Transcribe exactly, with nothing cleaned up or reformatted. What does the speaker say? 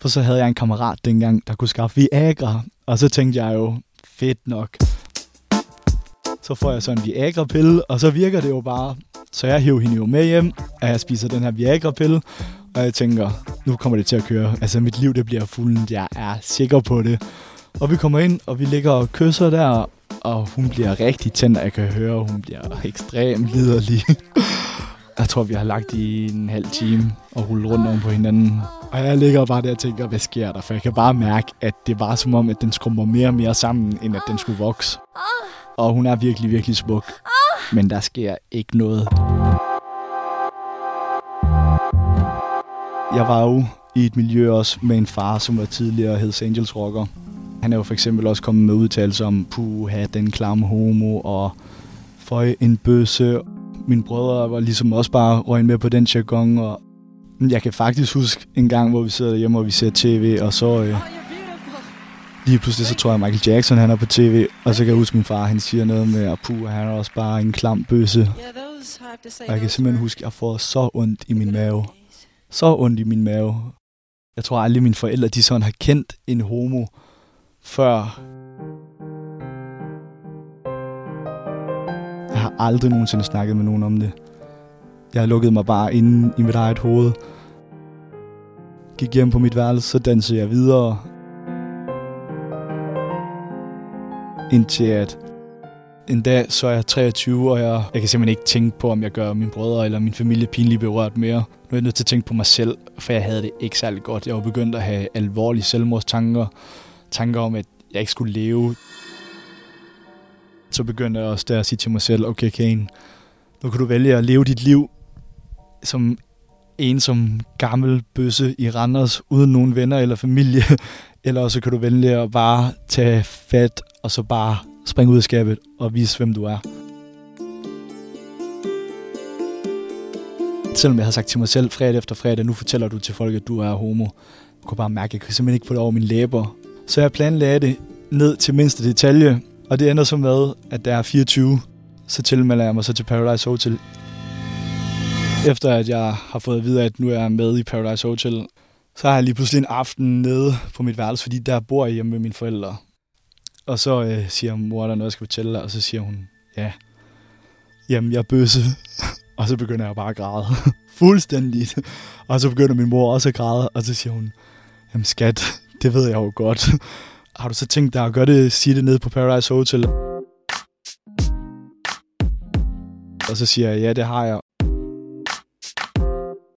For så havde jeg en kammerat dengang, der kunne skaffe Viagra. Og så tænkte jeg jo, fedt nok. Så får jeg sådan en Viagra-pille, og så virker det jo bare. Så jeg hiver hende jo med hjem, at jeg spiser den her Viagra-pille. Og jeg tænker, nu kommer det til at køre. Altså mit liv, det bliver fuldt. Jeg er sikker på det. Og vi kommer ind, og vi ligger og kysser der. Og hun bliver rigtig tændt, jeg kan høre, hun bliver ekstremt liderlig. Jeg tror, vi har lagt i en halv time og rullet rundt oven på hinanden. Og jeg ligger bare der og tænker, hvad sker der? For jeg kan bare mærke, at det var som om, at den skrumper mere og mere sammen, end at den skulle vokse. Og hun er virkelig, virkelig smuk. Men der sker ikke noget. Jeg var jo i et miljø også med en far, som var tidligere Hells Angels rocker. Han er jo for eksempel også kommet med udtalelser om, puha, den klamme homo, og føj en bøsse. Mine brødre var ligesom også bare røgnet med på den jargon, og jeg kan faktisk huske en gang, hvor vi sidder derhjemme, og vi ser tv, og så øh, lige pludselig så tror jeg, Michael Jackson han er på tv, og så kan jeg huske, min far han siger noget med, at puha, han er også bare en klam bøsse. Og jeg kan simpelthen huske, at jeg får så ondt i min mave. Så ondt i min mave. Jeg tror aldrig, mine forældre de sådan har kendt en homo før. Jeg har aldrig nogensinde snakket med nogen om det. Jeg har lukket mig bare inde i mit eget hoved. Gik hjem på mit værelse, så dansede jeg videre. Indtil at en dag så er jeg treogtyve, og jeg, jeg kan simpelthen ikke tænke på, om jeg gør mine brødre eller min familie pinligt berørt mere. Nu er jeg nødt til at tænke på mig selv, for jeg havde det ikke særlig godt. Jeg var begyndt at have alvorlige selvmordstanker. Tanker om, at jeg ikke skulle leve. Så begyndte jeg også der at sige til mig selv, okay Kane, nu kan du vælge at leve dit liv som en som gammel bøsse i Randers, uden nogen venner eller familie. Eller så kan du vælge at bare tage fat, og så bare springe ud af skabet og vise, hvem du er. Selvom jeg har sagt til mig selv fredag efter fredag, nu fortæller du til folk, at du er homo. Jeg kunne bare mærke, at jeg kan simpelthen ikke få det over mine læber. Så jeg planlagde det ned til mindste detalje, og det ender så med, at der er fireogtyve, så tilmelder jeg mig så til Paradise Hotel. Efter at jeg har fået at vide, at nu er jeg med i Paradise Hotel, så har jeg lige pludselig en aften nede på mit værelse, fordi der bor jeg hjemme med mine forældre. Og så øh, siger mor, der noget, jeg skal fortælle dig, og så siger hun, ja, jamen jeg er bøsse. Og så begynder jeg bare at græde. Fuldstændigt. Og så begynder min mor også at græde, og så siger hun, jamen skat, det ved jeg jo godt. Har du så tænkt dig at gøre det, sige det nede på Paradise Hotel? Og så siger jeg, ja, det har jeg.